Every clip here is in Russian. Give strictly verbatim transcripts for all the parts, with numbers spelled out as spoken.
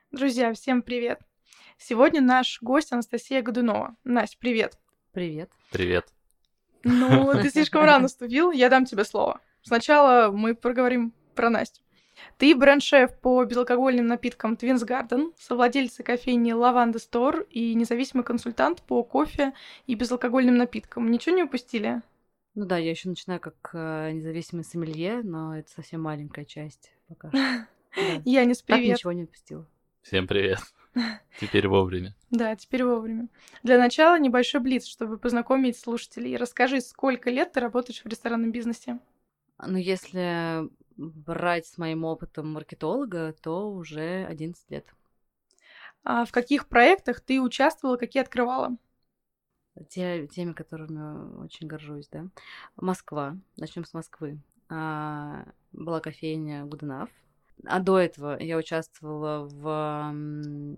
Друзья, всем привет! Сегодня наш гость Анастасия Годунова. Настя, привет! Привет. Привет. Ну, ты слишком рано вступил, я дам тебе слово. Сначала мы поговорим про Настю. Ты бренд-шеф по безалкогольным напиткам Twins Garden, совладельца кофейни Lavanda Store и независимый консультант по кофе и безалкогольным напиткам. Ничего не упустили? Ну да, я еще начинаю как э, независимый сомелье, но это совсем маленькая часть пока что. Да. Янис, Так привет! ничего не упустила. Всем привет. Теперь вовремя. Да, теперь вовремя. Для начала небольшой блиц, чтобы познакомить слушателей. Расскажи, сколько лет ты работаешь в ресторанном бизнесе? Ну, если брать с моим опытом маркетолога, то уже одиннадцать лет. А в каких проектах ты участвовала, какие открывала? Те, теми, которыми очень горжусь, да. Москва. Начнем с Москвы. А, была кофейня Good Enough. А до этого я участвовала в м,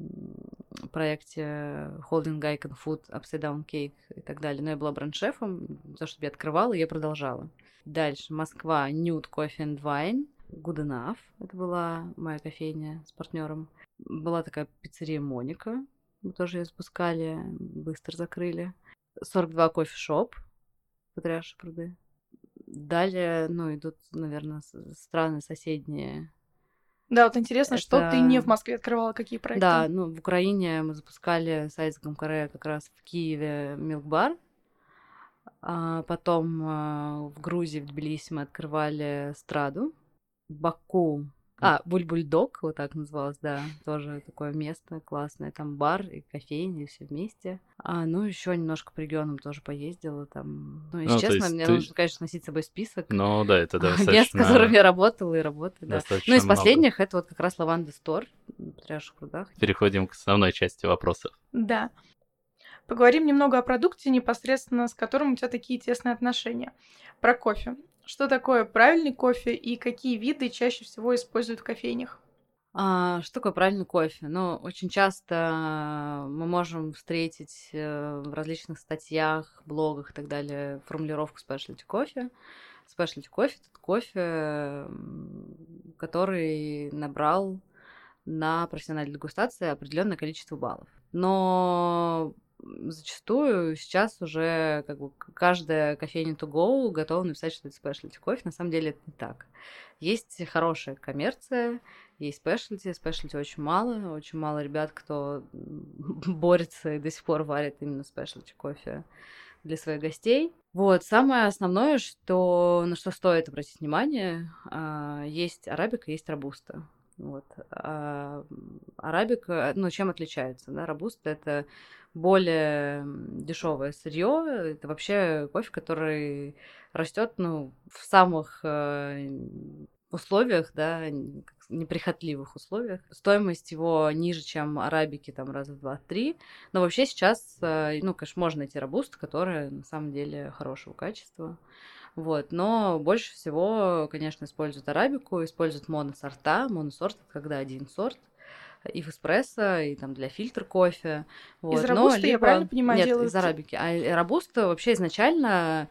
проекте Holding Icon Food, Upside Down Cake и так далее. Но я была бренд-шефом, то, чтобы я открывала, я продолжала. Дальше Москва, Nude Coffee and Wine, Good Enough. Это была моя кофейня с партнером. Была такая пиццерия Моника. Мы тоже ее запускали, быстро закрыли. сорок два кофе шоп, Патриарши пруды. Далее, ну, идут, наверное, страны соседние. Да, вот интересно, Это... что ты не в Москве открывала, какие проекты? Да, ну, в Украине мы запускали с Айзеком Каре как раз в Киеве Милк-бар. А потом а, в Грузии, в Тбилиси мы открывали Страду. В Баку... А, Буль-Бульдог, вот так называлось, да, тоже такое место классное. Там бар и кофейня, и все вместе. А, ну, еще немножко по регионам тоже поездила там. Ну, если Ну, то честно, есть мне ты- нужно, конечно, носить с собой список. Ну да, это Мест, с достаточно, которыми я работала и работаю, да. достаточно Ну, из много. последних это вот как раз Лаванда Стор в Патриарших прудах. Переходим к основной части вопросов. Да. Поговорим немного о продукте, непосредственно с которым у тебя такие тесные отношения. Про кофе. Что такое правильный кофе и какие виды чаще всего используют в кофейнях? А, что такое правильный кофе? Ну, очень часто мы можем встретить э, в различных статьях, блогах и так далее формулировку specialty кофе. Specialty кофе — это кофе, м, который набрал на профессиональной дегустации определенное количество баллов. Но зачастую сейчас уже как бы к- каждая кофейня to go готова написать, что это specialty кофе. На самом деле это не так. Есть хорошая коммерция, есть спешлти. Спешлти очень мало. Очень мало ребят, кто борется и до сих пор варит именно спешлти кофе для своих гостей. Вот, самое основное, что, на что стоит обратить внимание, а, есть арабика, есть робуста. Вот. А арабика, ну, чем отличается? Да? Робуста — это более дешевое сырье. Это вообще кофе, который растет, ну, в самых э, условиях, да, н- как с- неприхотливых условиях. Стоимость его ниже, чем арабики, там, раза в два-три. Но вообще сейчас, э, ну, конечно, можно найти робусту, которая на самом деле хорошего качества. Вот, но больше всего, конечно, используют арабику, используют моносорта. Моносорт — это когда один сорт, и в эспрессо, и там для фильтр кофе. Из Вот. Но робусты, я правильно либо... понимаю, Нет, из делают... арабики. А э, робуста вообще изначально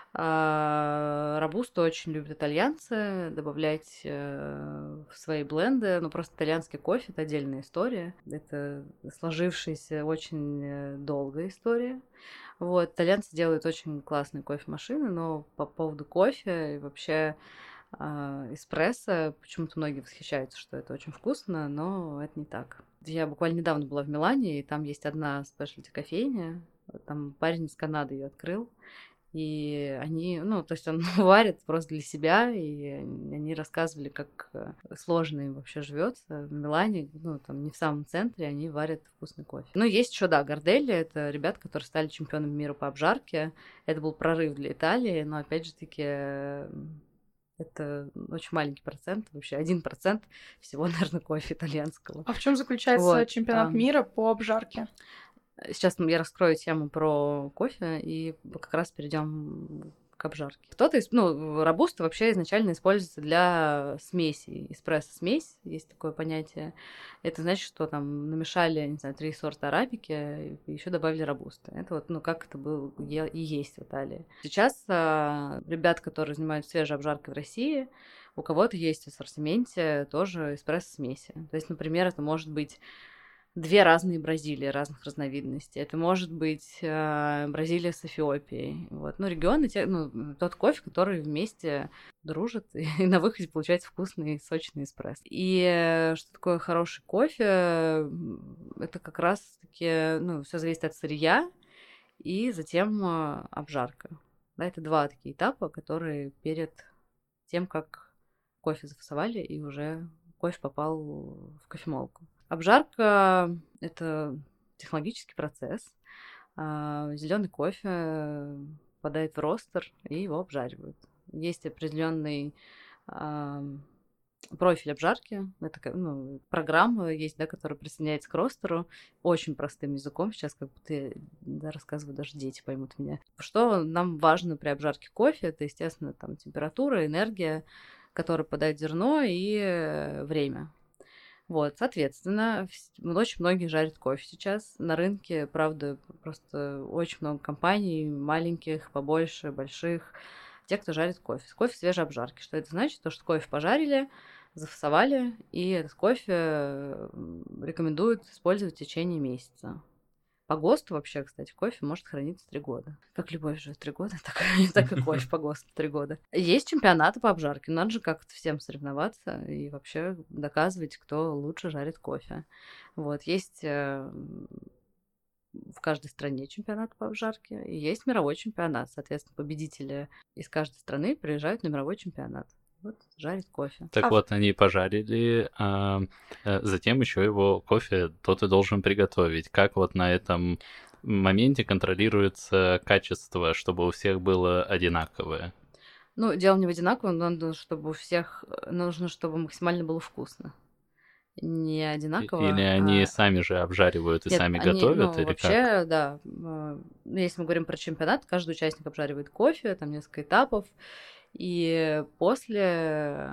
а, робусту очень любят итальянцы добавлять э, в свои бленды. Ну, просто итальянский кофе — это отдельная история. Это сложившаяся очень э, долгая история. Вот, итальянцы делают очень классные кофемашины, но по поводу кофе и вообще а, эспрессо, почему-то многие восхищаются, что это очень вкусно, но это не так. Я буквально недавно была в Милане, и там есть одна спешлти кофейня, там парень из Канады ее открыл, и они, ну, то есть он варит просто для себя, и они рассказывали, как э, сложно им вообще живется в Милане, ну, там не в самом центре, они варят вкусный кофе. Ну, есть еще, да, Гарделли, это ребята, которые стали чемпионами мира по обжарке. Это был прорыв для Италии, но, опять же таки, э, это очень маленький процент, вообще один процент всего, наверное, кофе итальянского. А в чем заключается Вот, чемпионат ам, мира по обжарке? Сейчас я раскрою тему про кофе и как раз перейдем к обжарке. Кто-то из, ну, робуста вообще изначально используется для смеси, эспрессо-смесь, есть такое понятие. Это значит, что там намешали, не знаю, три сорта арабики и еще добавили робуста. Это вот, ну, как это было и есть в Италии. Сейчас а, ребят, которые занимаются свежей обжаркой в России, У кого-то есть в ассортименте тоже эспрессо-смеси. То есть, например, это может быть две разные Бразилии, разных разновидностей. Это может быть э, Бразилия с Эфиопией. Вот. Ну, регионы, те, ну, тот кофе, который вместе дружит, и, и на выходе получается вкусный, сочный эспрессо. И э, что такое хороший кофе? Это как раз-таки, ну, все зависит от сырья и затем э, обжарка. Да, это два такие этапа, которые перед тем, как кофе зафасовали, и уже кофе попал в кофемолку. Обжарка – это технологический процесс. Зеленый кофе попадает в ростер, и его обжаривают. Есть определенный профиль обжарки. Это, ну, программа есть, да, которая присоединяется к ростеру очень простым языком. Сейчас как будто я, да, рассказываю, даже дети поймут меня. Что нам важно при обжарке кофе? Это, естественно, там температура, энергия, которая попадает в зерно, и время. Вот, соответственно, очень многие жарят кофе сейчас. На рынке, правда, просто очень много компаний, маленьких, побольше, больших. Те, кто жарит кофе. Кофе свежей обжарки. Что это значит? То, что кофе пожарили, зафасовали, и этот кофе рекомендуют использовать в течение месяца. По ГОСТу вообще, кстати, кофе может храниться три года. Как любовь же три года, так, так и кофе по ГОСТу три года. Есть чемпионаты по обжарке. Надо же как-то всем соревноваться и вообще доказывать, кто лучше жарит кофе. Вот, есть э, в каждой стране чемпионат по обжарке, и есть мировой чемпионат. Соответственно, победители из каждой страны приезжают на мировой чемпионат. Вот, жарит кофе. Так а... вот, они пожарили, а, а затем еще его кофе кто-то должен приготовить. Как вот на этом моменте контролируется качество, чтобы у всех было одинаковое? Ну, дело не в одинаковом, но чтобы у всех, нужно, чтобы максимально было вкусно. Не одинаково. Или они а... сами же обжаривают и Нет, сами они, готовят, ну, или вообще, как? да. Если мы говорим про чемпионат, каждый участник обжаривает кофе, там несколько этапов. И после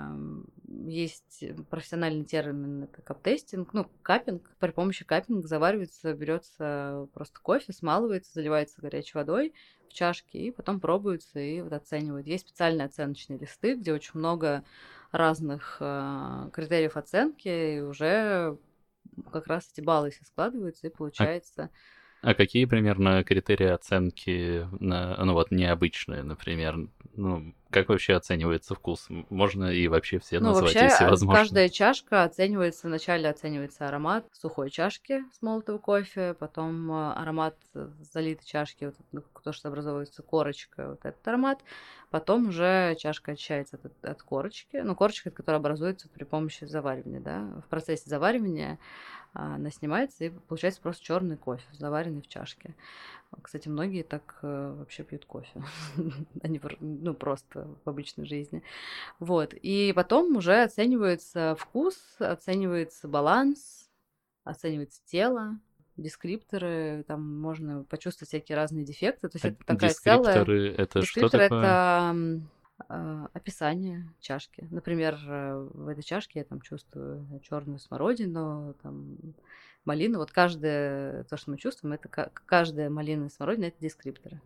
есть профессиональный термин, это кап-тестинг, ну, каппинг. При помощи каппинга заваривается, берется просто кофе, смалывается, заливается горячей водой в чашке, и потом пробуется и вот оценивают. Есть специальные оценочные листы, где очень много разных э, критериев оценки, и уже как раз эти баллы все складываются, и получается... А, а какие примерно критерии оценки, на, ну вот необычные, например? Ну, как вообще оценивается вкус? Можно и вообще все ну, назвать, вообще, если возможно. Каждая чашка оценивается, вначале оценивается аромат сухой чашки с молотого кофе, потом аромат залитой чашки, вот, то, что образовывается корочка, вот этот аромат, потом уже чашка очищается от, от корочки, ну, корочка, которая образуется при помощи заваривания, да, в процессе заваривания она снимается, и получается просто черный кофе, заваренный в чашке. Кстати, многие так э, вообще пьют кофе. Они, ну, просто в обычной жизни. Вот. И потом уже оценивается вкус, оценивается баланс, оценивается тело, дескрипторы, там можно почувствовать всякие разные дефекты. То есть а это такая дескрипторы, целая... это Дескриптор что такое? Это э, описание чашки. Например, в этой чашке я там чувствую черную смородину, там малину. Вот каждое, то, что мы чувствуем, это каждая малина и смородина, это дескрипторы.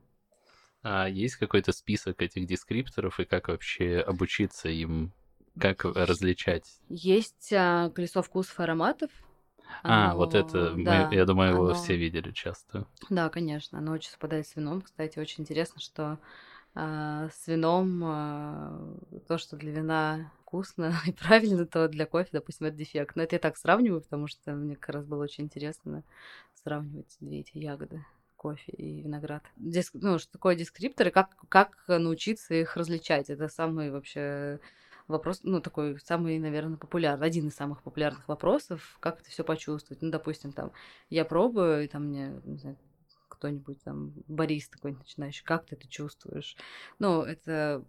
А есть какой-то список этих дескрипторов, и как вообще обучиться им, как различать? Есть а, колесо вкусов и ароматов. А, Оно, вот это, да, мы, я думаю, его оно... все видели часто. Да, конечно, оно очень совпадает с вином. Кстати, очень интересно, что а, с вином а, то, что для вина вкусно и правильно, то для кофе, допустим, это дефект. Но это я так сравниваю, потому что мне как раз было очень интересно сравнивать две эти ягоды. Кофе и виноград. Диск... Ну, что такое дескрипторы, как, как научиться их различать? Это самый вообще вопрос, ну, такой самый, наверное, популярный, один из самых популярных вопросов, как это все почувствовать. Ну, допустим, там, я пробую, и там мне, не знаю, кто-нибудь там, бариста какой-нибудь начинающий, как ты это чувствуешь? Ну, это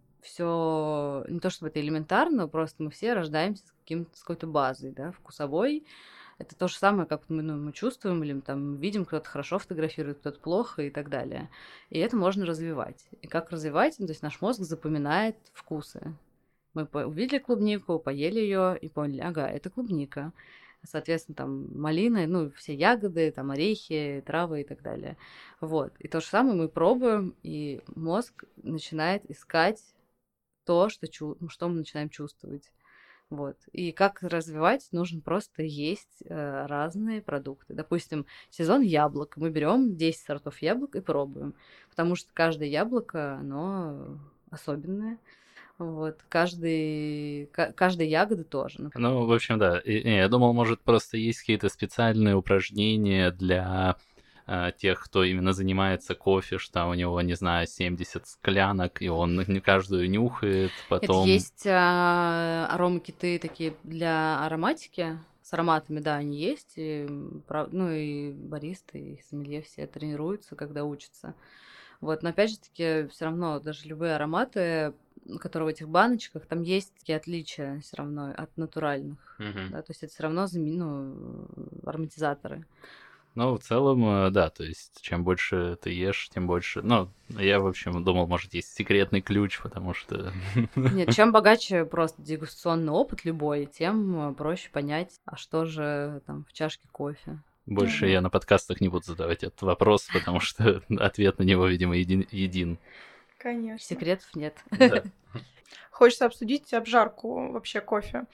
все не то чтобы это элементарно, просто мы все рождаемся с, каким-то, с какой-то базой, да, вкусовой. Это то же самое, как мы, ну, мы чувствуем или там видим, кто-то хорошо фотографирует, кто-то плохо и так далее. И это можно развивать. И как развивать? Ну, то есть наш мозг запоминает вкусы. Мы увидели клубнику, поели ее и поняли, ага, это клубника. Соответственно, там малина, ну, все ягоды, там орехи, травы и так далее. Вот. И то же самое мы пробуем, и мозг начинает искать то, что, чу- ну, что мы начинаем чувствовать. Вот. И как развивать, нужно просто есть э, разные продукты. Допустим, сезон яблок. Мы берем десять сортов яблок и пробуем. Потому что каждое яблоко, оно особенное. Вот. Каждый, ка- каждая ягода тоже. Ну, в общем, да. И- не, я думал, может, просто есть какие-то специальные упражнения для а, тех, кто именно занимается кофе, что у него, не знаю, семьдесят склянок, и он не каждую нюхает, Это потом... есть а, аромакиты такие для ароматики. С ароматами, да, они есть. И, м, прав- ну и баристы, и сомелье все тренируются, когда учатся. Вот, но опять же таки, все равно даже любые ароматы, которые в этих баночках, там есть такие отличия все равно от натуральных. Мгм. Да, то есть это все равно заме- ну, ароматизаторы. Ну, в целом, э, да, то есть, чем больше ты ешь, тем больше... Ну, я, в общем, думал, может, есть секретный ключ, потому что... Нет, чем богаче просто дегустационный опыт любой, тем э, проще понять, а что же там в чашке кофе. Больше Мгм. я на подкастах не буду задавать этот вопрос, потому что ответ на него, видимо, един. един. Конечно. Секретов нет. Да. Хочется обсудить обжарку вообще кофе.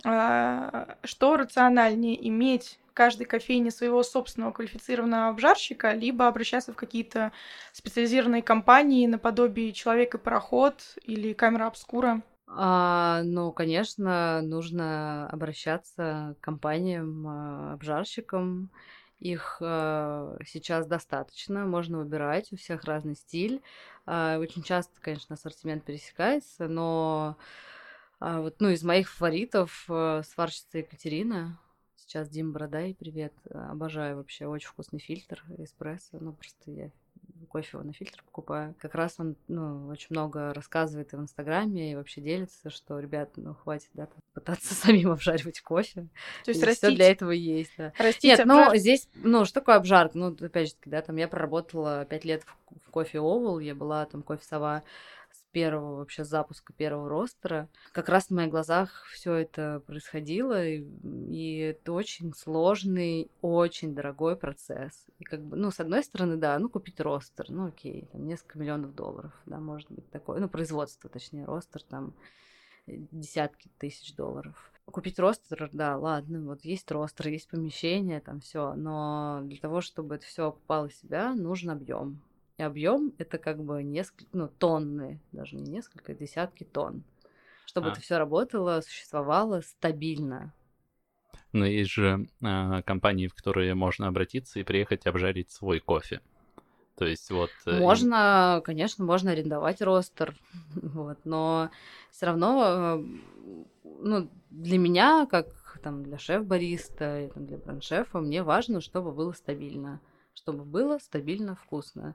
А, Что рациональнее, иметь в каждой кофейне своего собственного квалифицированного обжарщика, либо обращаться в какие-то специализированные компании наподобие «Человек и пароход» или «Камера обскура»? А, ну, конечно, нужно обращаться к компаниям, а, обжарщикам. Их а, сейчас достаточно, можно выбирать, у всех разный стиль. А, очень часто, конечно, ассортимент пересекается, но а, вот, ну, из моих фаворитов а, сварщица Екатерина. Сейчас Дима Бородай, привет. А, Обожаю вообще, очень вкусный фильтр эспрессо. Ну, просто я кофе его на фильтр покупаю. Как раз он, ну, очень много рассказывает и в Инстаграме, и вообще делится, что, ребят, ну, хватит, да, там, пытаться самим обжаривать кофе. То есть Здесь все для растить, этого есть, да. растить Нет, ну, обжарку. здесь, ну, что такое обжарка? Ну, опять же таки, да, там я проработала пять лет в, в кофе Овал, я была там кофе-сова с первого вообще запуска первого ростера. Как раз на моих глазах все это происходило, и, и это очень сложный, очень дорогой процесс. И как бы, ну, с одной стороны, да, ну, купить ростер, ну, окей, там несколько миллионов долларов, да, может быть такое, ну, производство, точнее, ростер, там э, десятки тысяч долларов. Купить ростер, да, ладно, вот есть ростер, есть помещение, там все, но для того, чтобы это все окупало себя, нужен объем. И объем это как бы несколько, ну, тонны, даже не несколько, десятки тонн, чтобы А. это все работало, существовало стабильно. Но есть же а, компании, в которые можно обратиться и приехать обжарить свой кофе. То есть вот... э, им- Можно, конечно, можно арендовать ростер, вот, но все равно, э, ну, для меня, как там для шеф-бариста и там, для бренд-шефа, мне важно, чтобы было стабильно, чтобы было стабильно вкусно.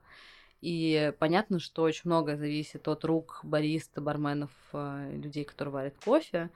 И понятно, что очень многое зависит от рук бариста, барменов, э, людей, которые варят кофе,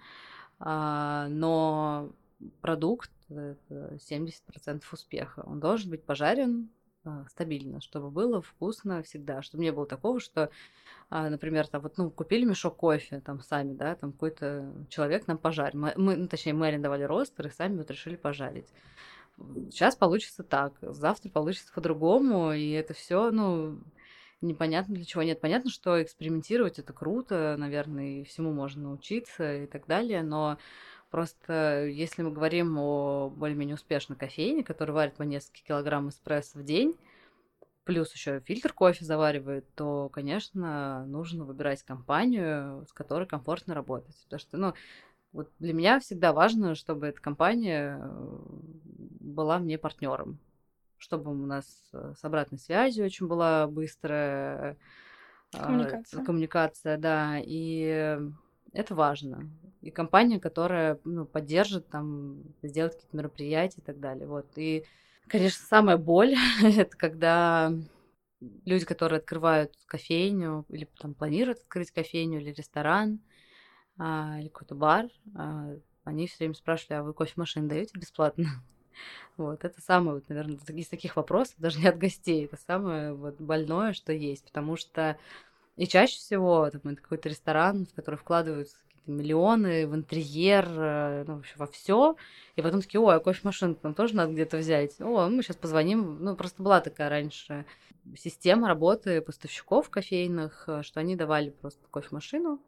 а, но продукт это семьдесят процентов успеха. Он должен быть пожарен а, стабильно, чтобы было вкусно всегда, чтобы не было такого, что, а, например, там вот, ну, купили мешок кофе там сами, да, там какой-то человек нам пожарил. Мы, мы, ну, точнее, мы арендовали ростер и сами вот решили пожарить. Сейчас получится так, завтра получится по-другому, и это все, ну, непонятно для чего. Нет, понятно, что экспериментировать это круто, наверное, и всему можно научиться и так далее, но просто если мы говорим о более-менее успешной кофейне, которая варит по несколько килограмм эспрессо в день, плюс еще фильтр кофе заваривает, то, конечно, нужно выбирать компанию, с которой комфортно работать. Потому что, ну, вот для меня всегда важно, чтобы эта компания э, была мне партнером, чтобы у нас э, с обратной связью очень была быстрая э, Коммуникация. коммуникация, да, и это важно. И компания, которая, ну, поддержит там, сделать какие-то мероприятия и так далее. Вот. И, конечно, самая боль это когда люди, которые открывают кофейню или там планируют открыть кофейню или ресторан, а, или какой-то бар, а, они все время спрашивали, а вы кофемашины даете бесплатно? Вот, это самое, вот, наверное, из таких вопросов, даже не от гостей, это самое вот больное, что есть, потому что и чаще всего там, это какой-то ресторан, в который вкладываются какие-то миллионы в интерьер, э, ну, вообще во все, и потом такие, ой, а кофемашину нам тоже надо где-то взять. О, мы сейчас позвоним. Ну, просто была такая раньше система работы поставщиков кофейных, э, что они давали просто кофемашину,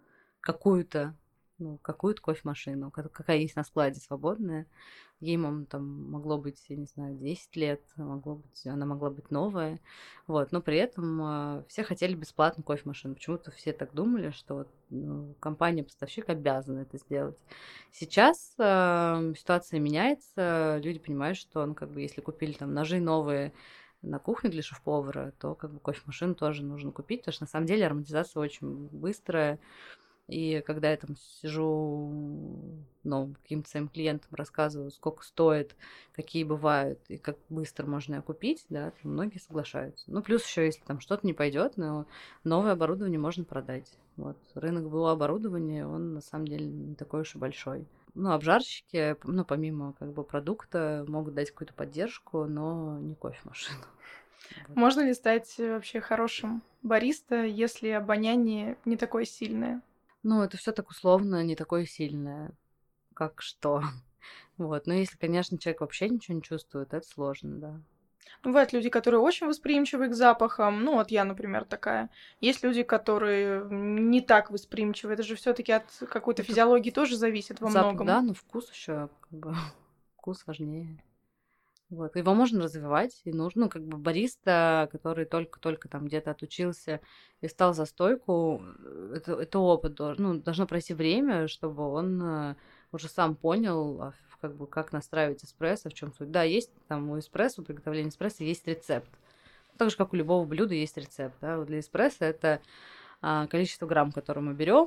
какую-то, ну, какую-то кофемашину, ка- какая есть на складе свободная. Ей, мам, там могло быть, я не знаю, десять лет, могло быть, она могла быть новая. Вот, но при этом э, все хотели бесплатную кофемашину. Почему-то все так думали, что вот, ну, компания-поставщик обязана это сделать. Сейчас э, ситуация меняется, люди понимают, что, ну, как бы, если купили там ножи новые на кухню для шеф-повара, то как бы кофемашину тоже нужно купить, потому что на самом деле ароматизация очень быстрая. И когда я там сижу, ну, каким-то своим клиентам рассказываю, сколько стоит, какие бывают и как быстро можно ее купить, да, то многие соглашаются. Ну, плюс еще, если там что-то не пойдет, но новое оборудование можно продать. Вот. Рынок БУ оборудования, он на самом деле не такой уж и большой. Ну, обжарщики, ну, помимо как бы продукта, могут дать какую-то поддержку, но не кофемашину. Вот. Можно ли стать вообще хорошим бариста, если обоняние не такое сильное? Ну, это все так условно, не такое сильное, как что. Вот. Но если, конечно, человек вообще ничего не чувствует, это сложно, да. Бывают люди, которые очень восприимчивы к запахам. Ну, вот я, например, такая. Есть люди, которые не так восприимчивы. Это же все-таки от какой-то Это физиологии тоже зависит во запах, многом. да, но вкус еще как бы вкус важнее. Вот. Его можно развивать, и нужно, ну, как бы бариста, который только-только там где-то отучился и стал за стойку, э, это, это опыт, дол- ну, должно пройти время, чтобы он э, уже сам понял, а, в- как бы, как настраивать эспрессо, в чем суть. Да, есть там у эспрессо, у приготовления эспрессо есть рецепт. Так же, как у любого блюда есть рецепт. Да? Вот для эспрессо это а, количество грамм, которые мы берем,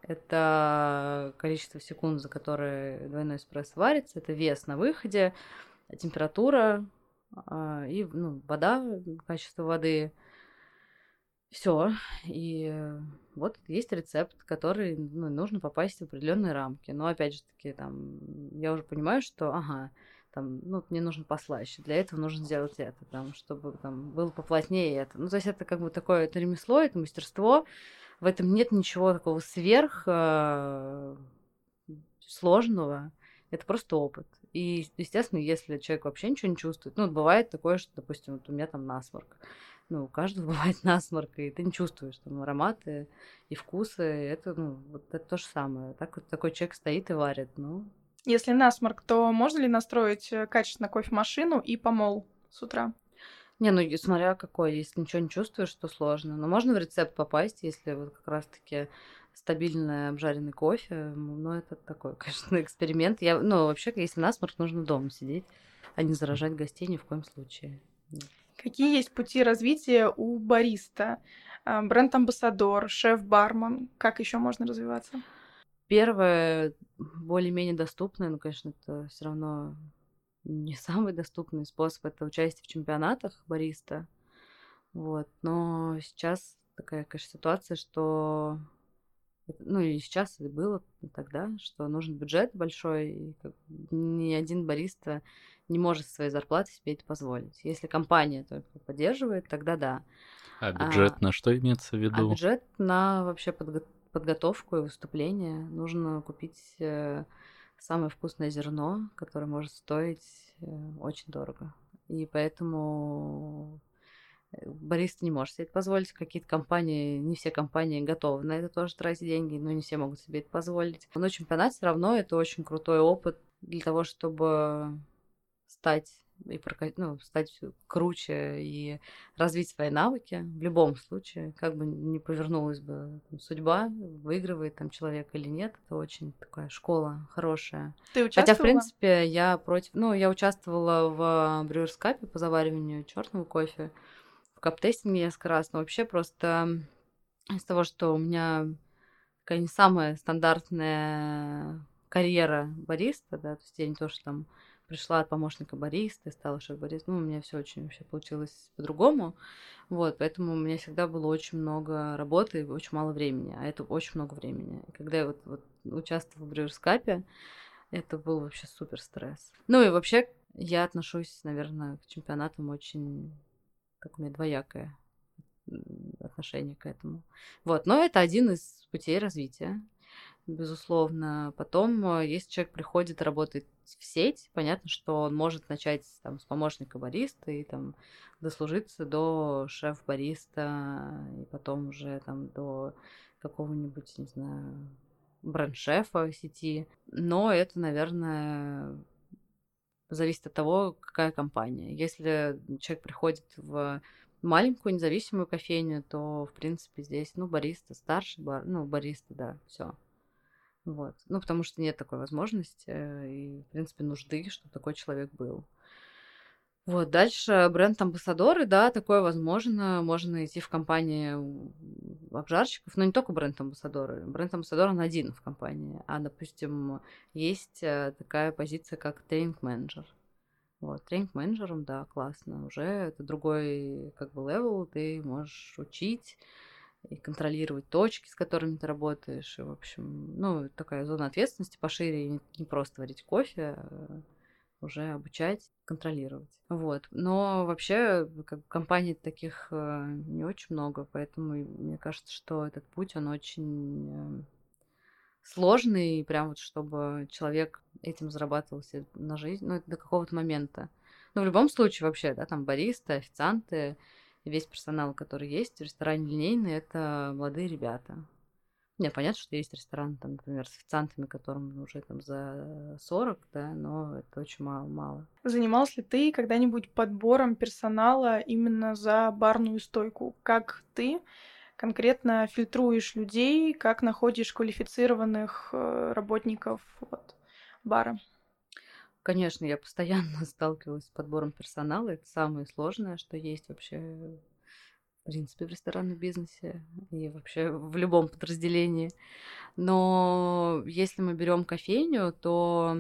это количество секунд, за которые двойной эспрессо варится, это вес на выходе, температура а, и, ну, вода, качество воды. Все. И э, вот есть рецепт, который, ну, нужно попасть в определенные рамки. Но опять же таки, там, я уже понимаю, что, ага, там, ну, мне нужно послаще. Для этого нужно сделать это, там, чтобы там было поплотнее это. Ну, то есть это как бы такое, это ремесло, это мастерство. В этом нет ничего такого сверх э, сложного. Это просто опыт. И, естественно, если человек вообще ничего не чувствует, ну, вот бывает такое, что, допустим, вот у меня там насморк. Ну, у каждого бывает насморк, и ты не чувствуешь там ароматы и вкусы. Это, ну, вот это то же самое. Так вот такой человек стоит и варит. Ну, Если насморк, то можно ли настроить э, качественно кофемашину и помол с утра? не, ну, и смотря какой, если ничего не чувствуешь, то сложно. Но можно в рецепт попасть, если вот как раз-таки стабильный обжаренный кофе. м, Ну, это такой, конечно, эксперимент. Я, ну, вообще, если насморк, нужно дома сидеть, а не заражать гостей ни в коем случае. Нет. Какие есть пути развития у бариста? А, Бренд-амбассадор, шеф-бармен. Как еще можно развиваться? Первое, более-менее доступное, ну, конечно, это все равно не самый доступный способ, это участие в чемпионатах бариста. Вот. Но сейчас такая, конечно, ситуация, что это- ну и сейчас и было и тогда, что нужен бюджет большой, и как бы ни один бариста не может со своей зарплаты себе это позволить. Если компания только поддерживает, тогда да. А А, бюджет на что имеется в а виду? бюджет на вообще подго- подготовку и выступление нужно купить э, самое вкусное зерно, которое может стоить э, очень дорого. И поэтому э, бариста не может себе это позволить. Какие-то компании, не все компании готовы на это тоже тратить деньги, но не все могут себе это позволить. Но чемпионат все равно это очень крутой опыт для того, чтобы стать и прока- ну, стать круче и развить свои навыки в любом случае, как бы ни повернулась бы там судьба, выигрывает там человек или нет, это очень такая школа хорошая. Ты Хотя, в участвовала? принципе, я против... Ну, я участвовала в Brewers Cup по завариванию черного кофе, в кап-тестинге несколько раз, но вообще просто из того, что у меня такая не самая стандартная карьера бариста, да, то есть я не то, что там пришла от помощника бариста и стала шеф-бариста, ну, у меня все очень вообще получилось по-другому, вот, поэтому у меня всегда было очень много работы и очень мало времени, а это очень много времени. И когда я вот, вот участвовала в Brewers Cup, это был вообще супер стресс. Ну и вообще я отношусь, наверное, к чемпионатам очень, как у меня двоякое м, отношение к этому. Вот, но это один из путей развития, безусловно. Потом, э, если человек приходит, работает в сеть, понятно, что он может начать там с помощника бариста и там дослужиться до шеф-бариста, и потом уже там до какого-нибудь, не знаю, бренд-шефа сети. Но это, наверное, зависит от того, какая компания. Если человек приходит в маленькую независимую кофейню, то, в принципе, здесь, ну, бариста, старший бар, ну, бариста, да, все. Вот. Ну, потому что нет такой возможности и, в принципе, нужды, чтобы такой человек был. Вот, дальше бренд-амбассадоры, да, такое возможно. Можно идти в компании обжарщиков, но не только бренд-амбассадоры. Бренд-амбассадор, он один в компании. А, допустим, есть такая позиция, как тренинг-менеджер. Вот, тренинг-менеджером, да, классно. Уже это другой, как бы, левел. Ты можешь учить и контролировать точки, с которыми ты работаешь. И, в общем, ну, такая зона ответственности пошире. Не, не просто варить кофе, а уже обучать, контролировать. Вот. Но вообще, как бы, компаний таких не очень много, поэтому мне кажется, что этот путь, он очень сложный, прям вот чтобы человек этим зарабатывал себе на жизнь, ну, до какого-то момента. Но в любом случае вообще, да, там баристы, официанты, весь персонал, который есть в ресторане линейный, это молодые ребята. Не, понятно, что есть ресторан, там, например, с официантами, которым уже там за сорок, да, но это очень мало, мало. Занималась ли ты когда-нибудь подбором персонала именно за барную стойку? Как ты конкретно фильтруешь людей, как находишь квалифицированных работников вот, бара? Конечно, я постоянно сталкивалась с подбором персонала. Это самое сложное, что есть вообще, в принципе, в ресторанном бизнесе и вообще в любом подразделении. Но если мы берем кофейню, то,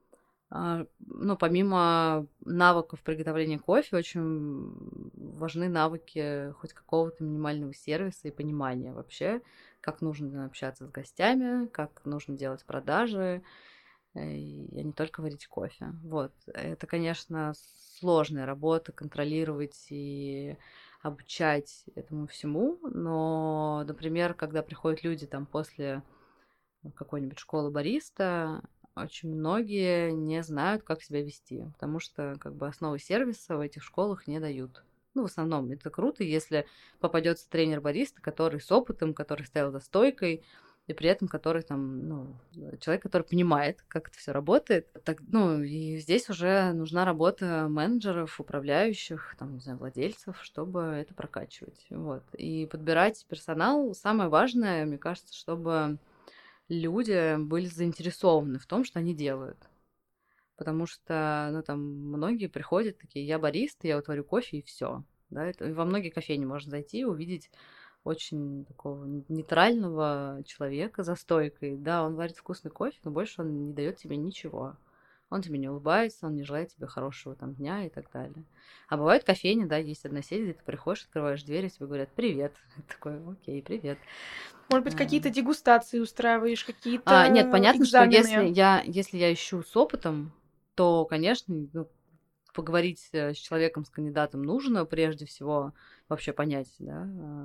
ну, помимо навыков приготовления кофе, очень важны навыки хоть какого-то минимального сервиса и понимания вообще, как нужно общаться с гостями, как нужно делать продажи, и не только варить кофе. Вот. Это, конечно, сложная работа, контролировать и обучать этому всему, но, например, когда приходят люди там после какой-нибудь школы бариста, очень многие не знают, как себя вести, потому что как бы основы сервиса в этих школах не дают. Ну, в основном это круто, если попадется тренер-бариста, который с опытом, который стоял за стойкой, и при этом который там, ну, человек, который понимает, как это все работает. Так, ну, и здесь уже нужна работа менеджеров, управляющих, там, не знаю, владельцев, чтобы это прокачивать. Вот. И подбирать персонал, самое важное, мне кажется, чтобы люди были заинтересованы в том, что они делают. Потому что, ну, там, многие приходят такие, я бариста, я вот варю кофе, и все. Да? Это, во многие кофейни можно зайти и увидеть очень такого нейтрального человека за стойкой. Да, он варит вкусный кофе, но больше он не дает тебе ничего. Он тебе не улыбается, он не желает тебе хорошего там дня и так далее. А бывают кофейни, да, есть одна сеть, где ты приходишь, открываешь дверь, и тебе говорят «Привет». Такой «Окей, привет». Может быть, какие-то дегустации устраиваешь, какие-то а, Нет, понятно, экзамены. Что если я, если я ищу с опытом, то, конечно, ну, поговорить с человеком, с кандидатом нужно прежде всего вообще понять, да,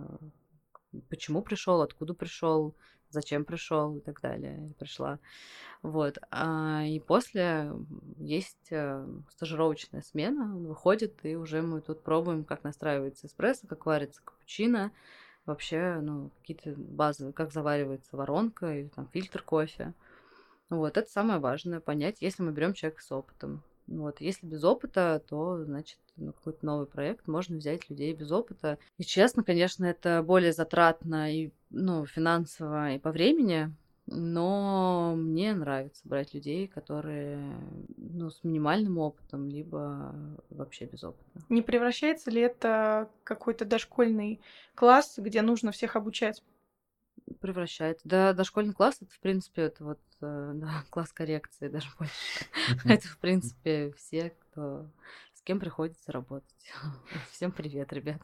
почему пришел, откуда пришел, зачем пришел и так далее, пришла. Вот. И после есть стажировочная смена, он выходит, и уже мы тут пробуем, как настраивается эспрессо, как варится капучино, вообще, ну, какие-то базовые, как заваривается воронка или там фильтр кофе. Вот, это самое важное, понять, если мы берем человека с опытом. Вот, если без опыта, то, значит, ну, какой-то новый проект, можно взять людей без опыта. И честно, конечно, это более затратно и, ну, финансово, и по времени, но мне нравится брать людей, которые, ну, с минимальным опытом, либо вообще без опыта. Не превращается ли это в какой-то дошкольный класс, где нужно всех обучать? Превращается. Да, дошкольный класс, это, в принципе, это вот, да, класс коррекции, даже больше. Это, в принципе, все, кто с кем приходится работать. Всем привет, ребят.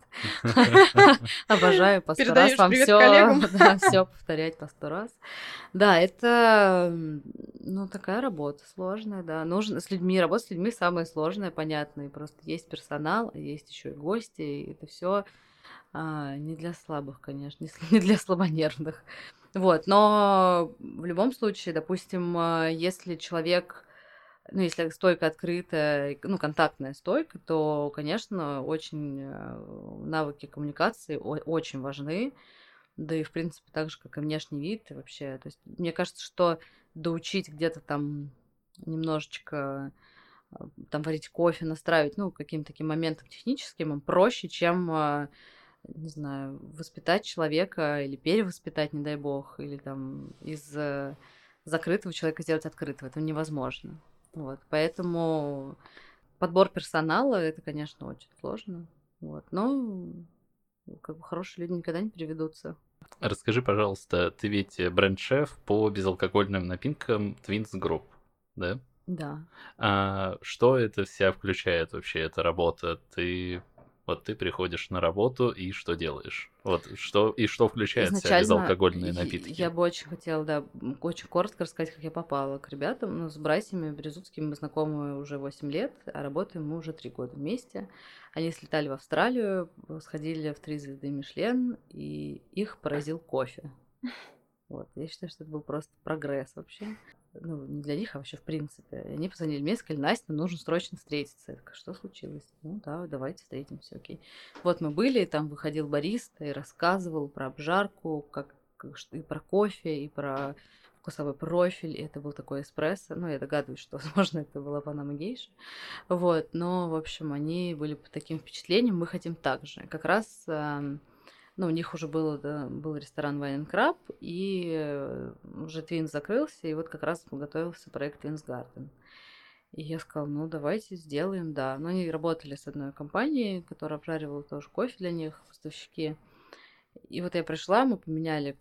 Обожаю по сто раз вам все все повторять по сто раз. Да, это, ну, такая работа сложная, да. Нужно с людьми, работать с людьми самое сложное, понятно. И просто есть персонал, есть еще и гости, и это все А, не для слабых, конечно, не для слабонервных. Вот, но в любом случае, допустим, если человек, ну, если стойка открытая, ну, контактная стойка, то, конечно, очень навыки коммуникации очень важны. да и, в принципе, так же, как и внешний вид и вообще. То есть, мне кажется, что доучить где-то там немножечко а, там варить кофе, настраивать, ну, каким-то таким моментом техническим, им проще, чем, а, не знаю, воспитать человека или перевоспитать, не дай бог, или там из э, закрытого человека сделать открытого. Это невозможно. Вот, поэтому подбор персонала это, конечно, очень сложно. Вот, но как бы хорошие люди никогда не переведутся. Расскажи, пожалуйста, ты ведь бренд-шеф по безалкогольным напиткам Twins Group, да? Да. А что это вся включает вообще, эта работа? Ты вот ты приходишь на работу и что делаешь? Вот что и что включает в себя Изначально безалкогольные я напитки? я бы очень хотела, да, м, очень коротко рассказать, как я попала к ребятам. Ну, с братьями Березутскими мы знакомы уже восемь лет, а работаем мы уже три года вместе. Они слетали в Австралию, сходили в три звезды Мишлен, и их поразил кофе. Вот. Я считаю, что это был просто прогресс вообще. Ну, не для них, а вообще в принципе. И они позвонили мне и сказали: Настя, нам нужно срочно встретиться. Я такая: что случилось? Ну да, давайте встретимся, окей. Вот мы были, и там выходил бариста и рассказывал про обжарку, как, как ш- и про кофе, и про вкусовой профиль. И это был такой эспрессо. Ну, я догадываюсь, что, возможно, это была Панама Гейша. Вот, но, в общем, они были под таким впечатлением, мы хотим так же. Как раз ам, ну, у них уже был, да, был ресторан Wine and Crab, и э, уже Твинс закрылся, и вот как раз готовился проект Twins Garden. И я сказала: ну, давайте сделаем, да. Но они работали с одной компанией, которая обжаривала тоже кофе для них, поставщики. И вот я пришла, мы поменяли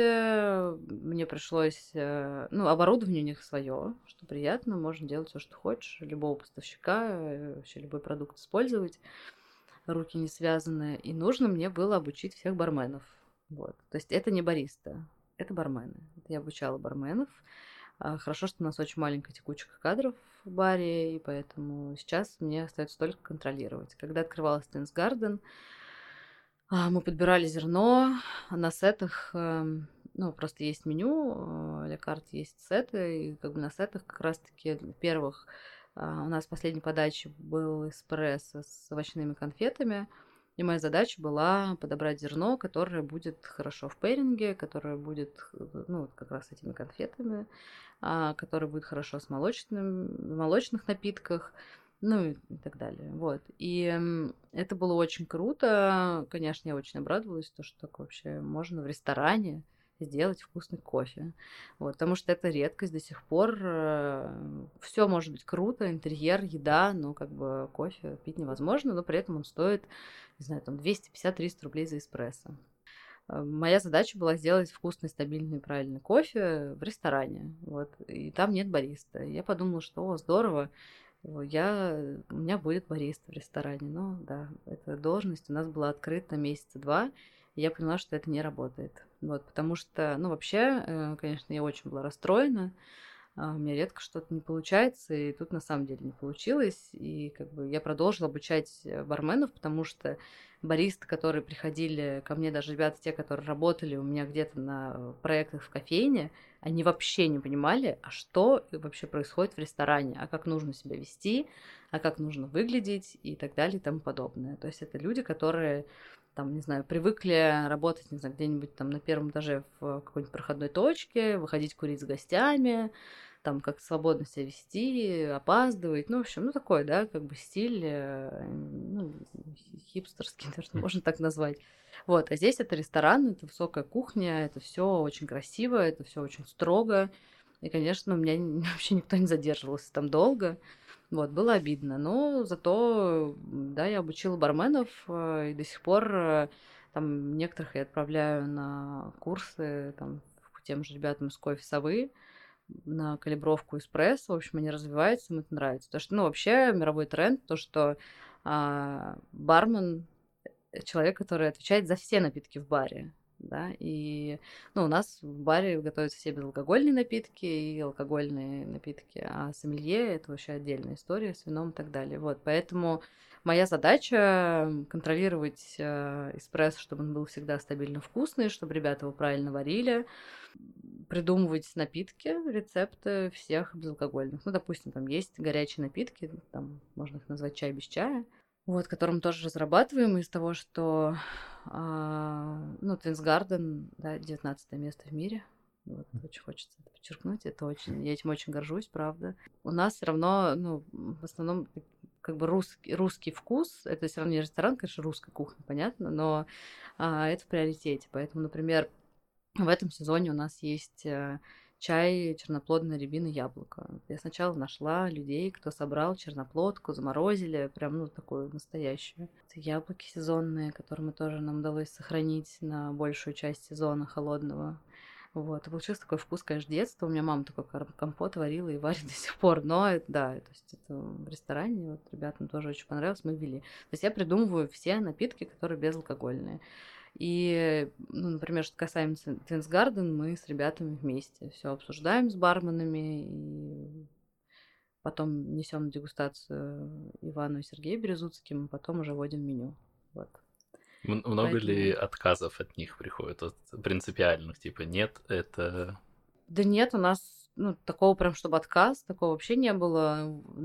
кофе, мне пришлось, э, ну, оборудование у них свое, что приятно, можно делать все, что хочешь, любого поставщика, э, вообще любой продукт использовать, руки не связаны, и нужно мне было обучить всех барменов. Вот. То есть это не бариста, это бармены. Это я обучала барменов. А, Хорошо, что у нас очень маленькая текучка кадров в баре, и поэтому сейчас мне остается только контролировать. Когда открывалась Twins Garden, а, мы подбирали зерно на сетах. эм, Ну, просто есть меню, а ля карт есть сеты, и как бы на сетах как раз-таки первых а, у нас в последней подаче был эспрессо с овощными конфетами, и моя задача была подобрать зерно, которое будет хорошо в пейринге, которое будет, э, ну, вот как раз с этими конфетами, а, которое будет хорошо с молочным, в молочных напитках, ну и и так далее. Вот. И м, это было очень круто. Конечно, я очень обрадовалась, то, что так вообще можно в ресторане сделать вкусный кофе. Вот, потому что это редкость до сих пор. Все может быть круто, интерьер, еда, но как бы кофе пить невозможно, но при этом он стоит, не знаю, там двести пятьдесят триста рублей за эспрессо. Э, Моя задача была сделать вкусный, стабильный, правильный кофе в ресторане. Вот, и там нет бариста. Я подумала, что о, здорово, о, я, у меня будет бариста в ресторане. Но да, эта должность у нас была открыта месяца два, и я поняла, что это не работает. Вот, потому что, ну, вообще, э, конечно, я очень была расстроена. А, У меня редко что-то не получается, и тут на самом деле не получилось. И как бы я продолжила обучать э, барменов, потому что баристы, которые приходили ко мне, даже ребята, те, которые работали у меня где-то на проектах в кофейне, они вообще не понимали, а что вообще происходит в ресторане, а как нужно себя вести, а как нужно выглядеть и так далее и тому подобное. То есть это люди, которые там, не знаю, привыкли работать, не знаю, где-нибудь там на первом этаже в какой-нибудь проходной точке, выходить курить с гостями, там как свободно себя вести, опаздывать, ну, в общем, ну, такой, да, как бы стиль, э, ну, хипстерский, даже можно так назвать. Вот, а здесь это ресторан, это высокая кухня, это все очень красиво, это все очень строго, и, конечно, у меня н- вообще никто не задерживался там долго, вот, было обидно, но зато, м, да, я обучила барменов, э, и до сих пор э, там некоторых я отправляю на курсы, там, к тем же ребятам из кофе совы, на калибровку эспрессо. В общем, они развиваются, им это нравится. Потому что, ну, вообще мировой тренд, то, что а, бармен э, человек, который отвечает за все напитки в баре. Да, и ну, у нас в баре готовятся все безалкогольные напитки и алкогольные напитки, а сомелье это вообще отдельная история с вином и так далее. Вот, поэтому моя задача контролировать э, эспрессо, чтобы он был всегда стабильно вкусный, чтобы ребята его правильно варили, придумывать напитки, рецепты всех безалкогольных. Ну, допустим, там есть горячие напитки, там можно их назвать чай без чая. вот, который мы тоже разрабатываем из того, что, а, ну, Twins Garden, да, девятнадцатое место в мире. Вот, очень хочется это подчеркнуть. Это очень, я этим очень горжусь, правда. У нас все равно, ну, в основном, как бы русский, русский вкус. Это все равно не ресторан, конечно, русская кухня, понятно, но а, это в приоритете. Поэтому, например, в этом сезоне у нас есть э, чай черноплодное рябина яблоко. Я сначала нашла людей, кто собрал черноплодку, заморозили, прям, ну, такую настоящую. Это яблоки сезонные, которые мы тоже нам удалось сохранить на большую часть сезона холодного. Вот, и получился такой вкус, конечно, детства. У меня мама такой компот варила и варит до сих пор. Но, это, да, то есть это в ресторане, вот ребятам тоже очень понравилось, мы ввели. То есть я придумываю все напитки, которые безалкогольные. И, ну, например, что касаемо Twins Garden, мы с ребятами вместе все обсуждаем с барменами, и потом несем на дегустацию Ивану и Сергею Березуцким, и потом уже вводим меню. Вот. М- Много Поэтому... ли отказов от них приходит, от принципиальных, типа нет, это... Да нет, у нас, ну, такого прям, чтобы отказ, такого вообще не было,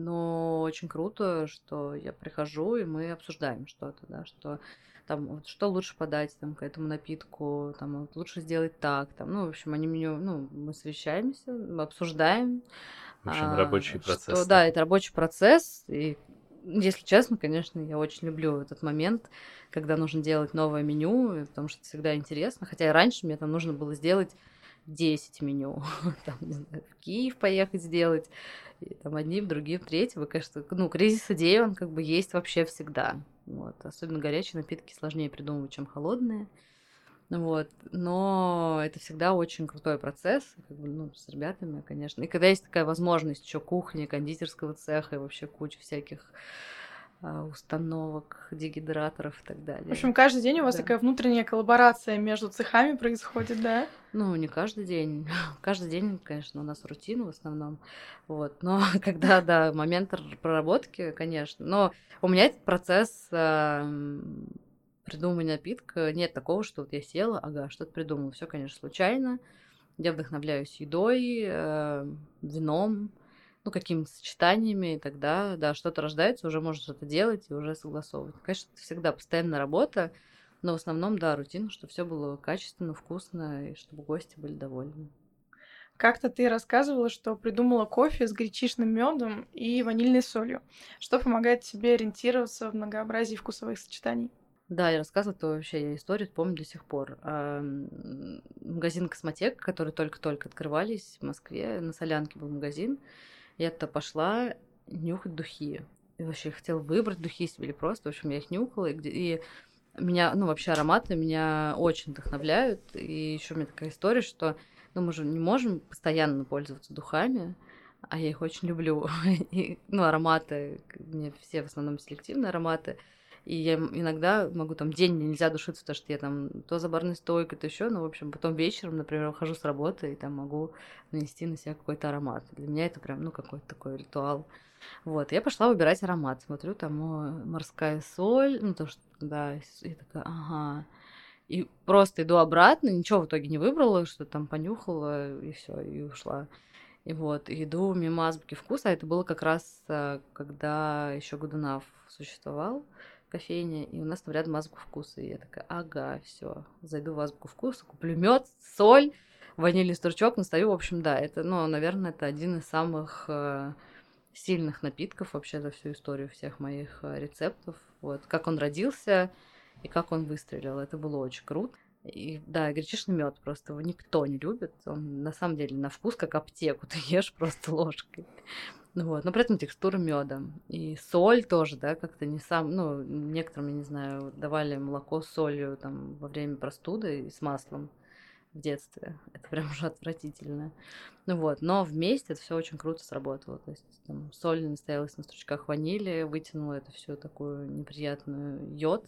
но очень круто, что я прихожу, и мы обсуждаем что-то, да, что там, вот, что лучше подать там, к этому напитку, там, вот, лучше сделать так, там, ну, в общем, они меню, ну, мы совещаемся, мы обсуждаем. В общем, а, рабочий что, процесс да, такой. это рабочий процесс, и если честно, конечно, я очень люблю этот момент, когда нужно делать новое меню, потому что это всегда интересно. Хотя и раньше мне там нужно было сделать десять меню. Там, не знаю, в Киев поехать сделать. И там одним, другим, третьим. И, конечно, ну, кризис идей, он как бы есть вообще всегда. Вот. Особенно горячие напитки сложнее придумывать, чем холодные. Вот. Но это всегда очень крутой процесс, как бы, ну, с ребятами, конечно. И когда есть такая возможность еще кухни, кондитерского цеха и вообще куча всяких а, установок, дегидраторов и так далее. В общем, каждый день у вас Да. такая внутренняя коллаборация между цехами происходит, да? Ну, не каждый день. Каждый день, конечно, у нас рутина в основном. Вот. Но когда, да, момент проработки, конечно. Но у меня этот процесс эм, придумывания напитка, нет такого, что вот я села, ага, что-то придумала. Все, конечно, случайно. Я вдохновляюсь едой, э, вином, ну, какими-то сочетаниями, и тогда, да, что-то рождается, уже можно что-то делать и уже согласовывать. Конечно, это всегда постоянная работа, но в основном, да, рутина, чтобы все было качественно, вкусно, и чтобы гости были довольны. Как-то ты рассказывала, что придумала кофе с гречишным медом и ванильной солью, что помогает тебе ориентироваться в многообразии вкусовых сочетаний. Да, я рассказывала, то вообще я историю помню до сих пор. А, м, магазин Космотека, который только-только открывались в Москве, на Солянке был магазин. Я-то пошла нюхать духи. И вообще хотела выбрать духи себе или просто. В общем, я их нюхала. И, где- и меня, ну, вообще ароматы меня очень вдохновляют. И еще у меня такая история, что ну, мы же не можем постоянно пользоваться духами, а я их очень люблю. И, ну, ароматы, мне все в основном селективные ароматы. И я иногда могу там день мне нельзя душиться, потому что я там то за барной стойкой, то еще, ну, в общем, потом вечером, например, выхожу с работы и там могу нанести на себя какой-то аромат. Для меня это прям, ну, какой-то такой ритуал. Вот, я пошла выбирать аромат. Смотрю, там о, морская соль, ну, то, что, да, и такая, ага. И просто иду обратно, ничего в итоге не выбрала, что там понюхала, и все, и ушла. И вот, и иду мимо азбуки вкуса, а это было как раз, а, когда еще Годунов существовал, кофейня, и у нас там рядом азбука вкуса. И я такая, ага, все, зайду в азбуку вкуса, куплю мед, соль, ванильный стручок, настою. В общем, да, это, ну, наверное, это один из самых э, сильных напитков вообще за всю историю всех моих э, рецептов. Вот, как он родился и как он выстрелил, это было очень круто. И да, гречишный мед просто его никто не любит. Он на самом деле на вкус как аптеку, ты ешь просто ложкой. Вот, но при этом текстура меда. И соль тоже, да, как-то не сам, ну, некоторым, я не знаю, давали молоко с солью там во время простуды и с маслом в детстве. Это прям уже отвратительно. Ну вот, но вместе это все очень круто сработало. То есть там соль настоялась на стручках ванили, вытянула это всю такую неприятную йод.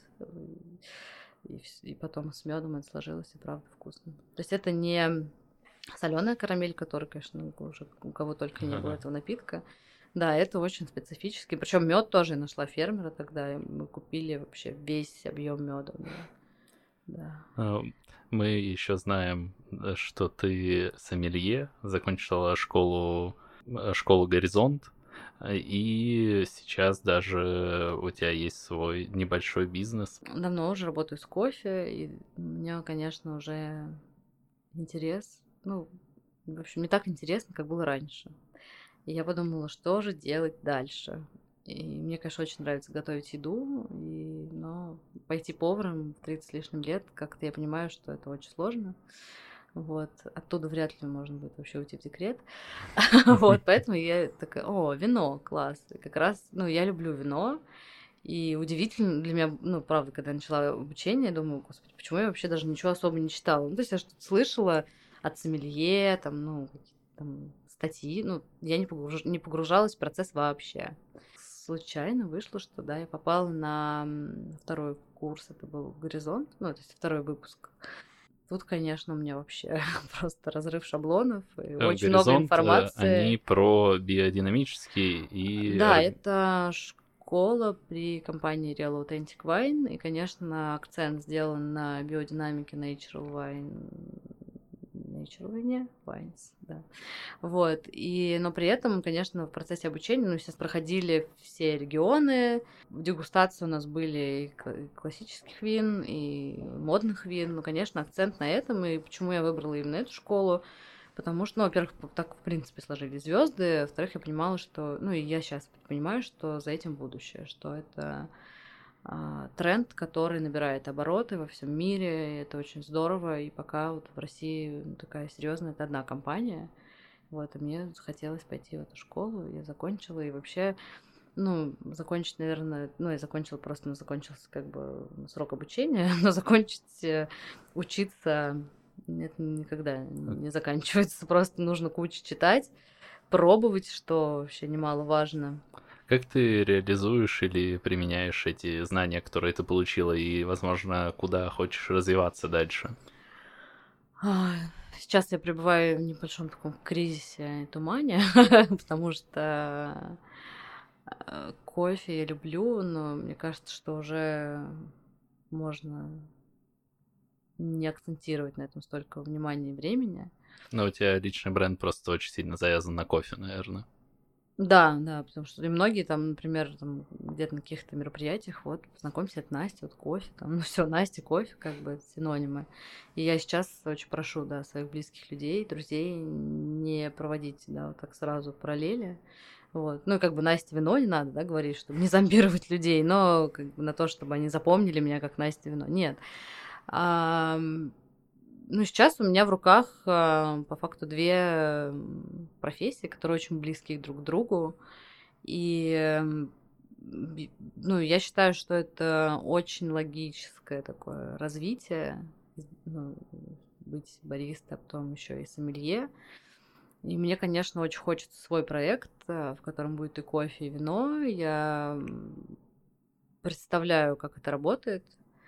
И, и потом с медом это сложилось, и правда вкусно. То есть это не соленая карамель, которая, конечно, уже у кого только не было этого напитка. Да, это очень специфический. Причем мед тоже я нашла фермера тогда. И мы купили вообще весь объем меда. Да. Мы еще знаем, что ты сомелье, закончила школу, школу «Горизонт». И сейчас даже у тебя есть свой небольшой бизнес. Давно уже работаю с кофе, и у меня, конечно, уже интерес, ну, в общем, не так интересно, как было раньше. И я подумала, что же делать дальше. И мне, конечно, очень нравится готовить еду, и, но пойти поваром в тридцать с лишним лет, как-то я понимаю, что это очень сложно. Вот, оттуда вряд ли можно будет вообще уйти в декрет. Вот, поэтому я такая, о, вино, класс. И как раз, ну, я люблю вино, и удивительно для меня, ну, правда, когда я начала обучение, я думаю, господи, почему я вообще даже ничего особо не читала? Ну, то есть я что-то слышала от сомелье, там, ну, какие-то там статьи, ну, я не, погруж... не погружалась в процесс вообще. Случайно вышло, что, да, я попала на м, второй курс, это был «Горизонт», ну, то есть второй выпуск. Тут, конечно, у меня вообще просто разрыв шаблонов, и Э, очень много Горизонт, э, информации. они про биодинамический и... Да, ор- это школа при компании Real Authentic Wine, и, конечно, акцент сделан на биодинамике Natural Wine, Natural Wine, Wines, да. Вот, и, но при этом, конечно, в процессе обучения, ну, сейчас проходили все регионы, в дегустации у нас были и кла- и классических вин, и модных вин, ну, конечно, акцент на этом, и почему я выбрала именно эту школу, потому что, ну, во-первых, п- так, в принципе, сложились звезды, во-вторых, я понимала, что, ну, и я сейчас понимаю, что за этим будущее, что это а, тренд, который набирает обороты во всем мире, и это очень здорово, и пока вот в России ну, такая серьезная, это одна компания, вот, и мне захотелось пойти в эту школу, я закончила, и вообще, ну, закончить, наверное, ну, я закончила просто, ну, закончился как бы срок обучения, но закончить э, учиться это никогда не заканчивается, просто нужно кучу читать, пробовать, что вообще немаловажно. Как ты реализуешь или применяешь эти знания, которые ты получила, и, возможно, куда хочешь развиваться дальше? А, Сейчас я пребываю в небольшом таком кризисе и тумане, потому что э, кофе я люблю, но мне кажется, что уже можно не акцентировать на этом столько внимания и времени. Но у тебя личный бренд просто очень сильно завязан на кофе, наверное. Да, да, потому что и многие там, например, там где-то на каких-то мероприятиях, вот, познакомься, это Настя, вот кофе, там, ну все, Настя, кофе, как бы это синонимы. И я сейчас очень прошу, да, своих близких людей, друзей не проводить, да, вот так сразу параллели. Вот. Ну и как бы Настя вино не надо, да, говорить, чтобы не зомбировать людей, но как бы на то, чтобы они запомнили меня как Настя вино. Нет. А, ну, сейчас у меня в руках а, по факту две м, профессии, которые очень близки друг к другу. И м, би- ну, я считаю, что это очень логическое такое развитие. из- ну, быть бариста, а потом еще и сомелье. И мне, конечно, очень хочется свой проект, а, в котором будет и кофе, и вино. Я м, представляю, как это работает.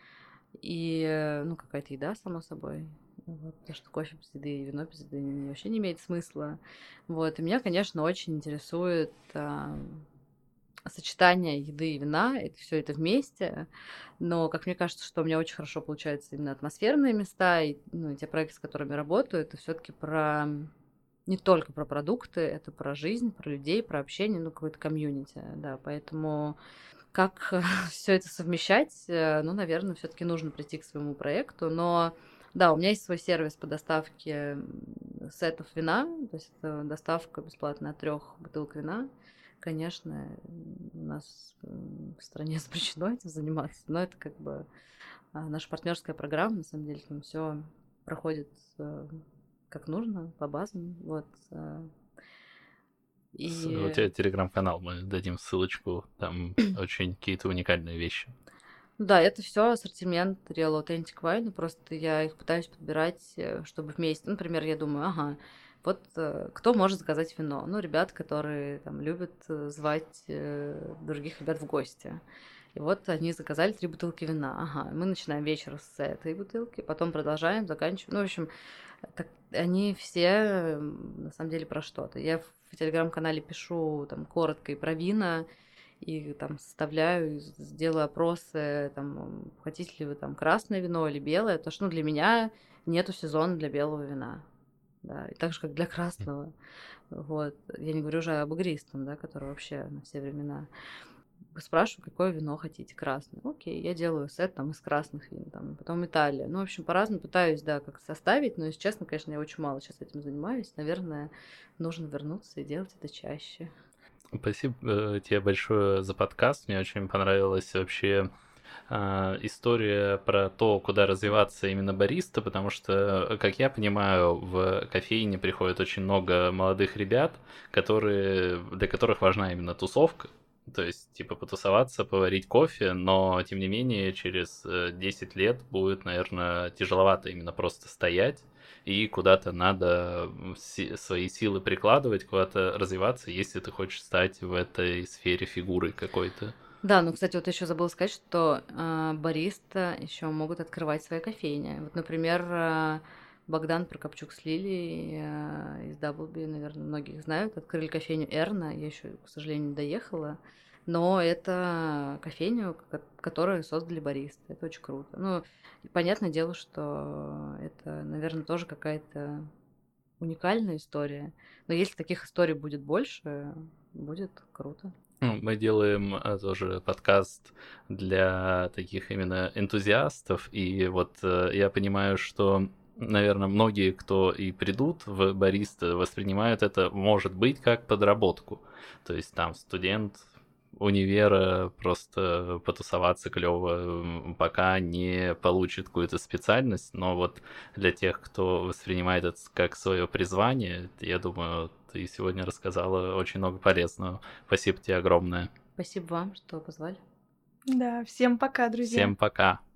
И, э, ну, какая-то еда, само собой. Вот, потому что кофе без еды и вино без еды не- вообще не имеет смысла. Вот, и меня, конечно, очень интересует а, сочетание еды и вина, это все это вместе. Но, как мне кажется, что у меня очень хорошо получаются именно атмосферные места, и ну, и те проекты, с которыми работаю, это все-таки про не только про продукты, это про жизнь, про людей, про общение, ну, какое-то комьюнити, да, поэтому как все это совмещать, э, ну, наверное, все-таки нужно прийти к своему проекту, но да, у меня есть свой сервис по доставке м, сетов вина, то есть это доставка бесплатная трех бутылок вина. Конечно, м, у нас м, в стране запрещено этим заниматься, но это как бы а, наша партнерская программа, на самом деле, там все проходит э, как нужно, по базам, вот. э, С- У И тебя телеграм-канал, мы дадим ссылочку, там очень какие-то уникальные вещи. да, это все ассортимент Real Authentic Wine, просто я их пытаюсь подбирать, э, чтобы вместе. Ну, например, я думаю, ага, вот э, кто может заказать вино? Ну, ребят, которые там любят э, звать э, других ребят в гости. И вот они заказали три бутылки вина. Ага, мы начинаем вечер с этой бутылки, потом продолжаем, заканчиваем. Ну, в общем, так, они все э, на самом деле про что-то. Я в в телеграм-канале пишу там коротко и про вина, и там составляю, и сделаю опросы, там, хотите ли вы там красное вино или белое, потому что ну, для меня нету сезона для белого вина. да, и так же, как для красного. Вот. Я не говорю уже об игристом, да, который вообще на все времена. Спрашиваю, какое вино хотите, красное. Окей, я делаю сет там из красных вин, там, потом Италия. Ну, в общем, по-разному пытаюсь, да, как составить, но, если честно, конечно, я очень мало сейчас этим занимаюсь. Наверное, нужно вернуться и делать это чаще. Спасибо э, тебе большое за подкаст. Мне очень понравилась вообще э, история про то, куда развиваться именно бариста, потому что, как я понимаю, в кофейне приходит очень много молодых ребят, которые, для которых важна именно тусовка. То есть, типа, потусоваться, поварить кофе, но, тем не менее, через десять лет будет, наверное, тяжеловато именно просто стоять, и куда-то надо си- свои силы прикладывать, куда-то развиваться, если ты хочешь стать в этой сфере фигурой какой-то. Да, ну, кстати, вот еще забыла сказать, что э, бариста еще могут открывать свои кофейни. Вот, например, э, Богдан Прокопчук с Лилией э, из Даблби, наверное, многих знают, открыли кофейню Эрна. Я еще, к сожалению, не доехала. Но это кофейню, ко- которую создали баристы. Это очень круто. Ну, и понятное дело, что это, наверное, тоже какая-то уникальная история. Но если таких историй будет больше, будет круто. Ну, мы делаем а, тоже подкаст для таких именно энтузиастов, и вот э, я понимаю, что, наверное, многие, кто и придут в бариста, воспринимают это, может быть, как подработку. То есть там студент универа просто потусоваться клево, пока не получит какую-то специальность, но вот для тех, кто воспринимает это как свое призвание, я думаю, ты сегодня рассказала очень много полезного. Спасибо тебе огромное. Спасибо вам, что позвали. Да, всем пока, друзья. Всем пока.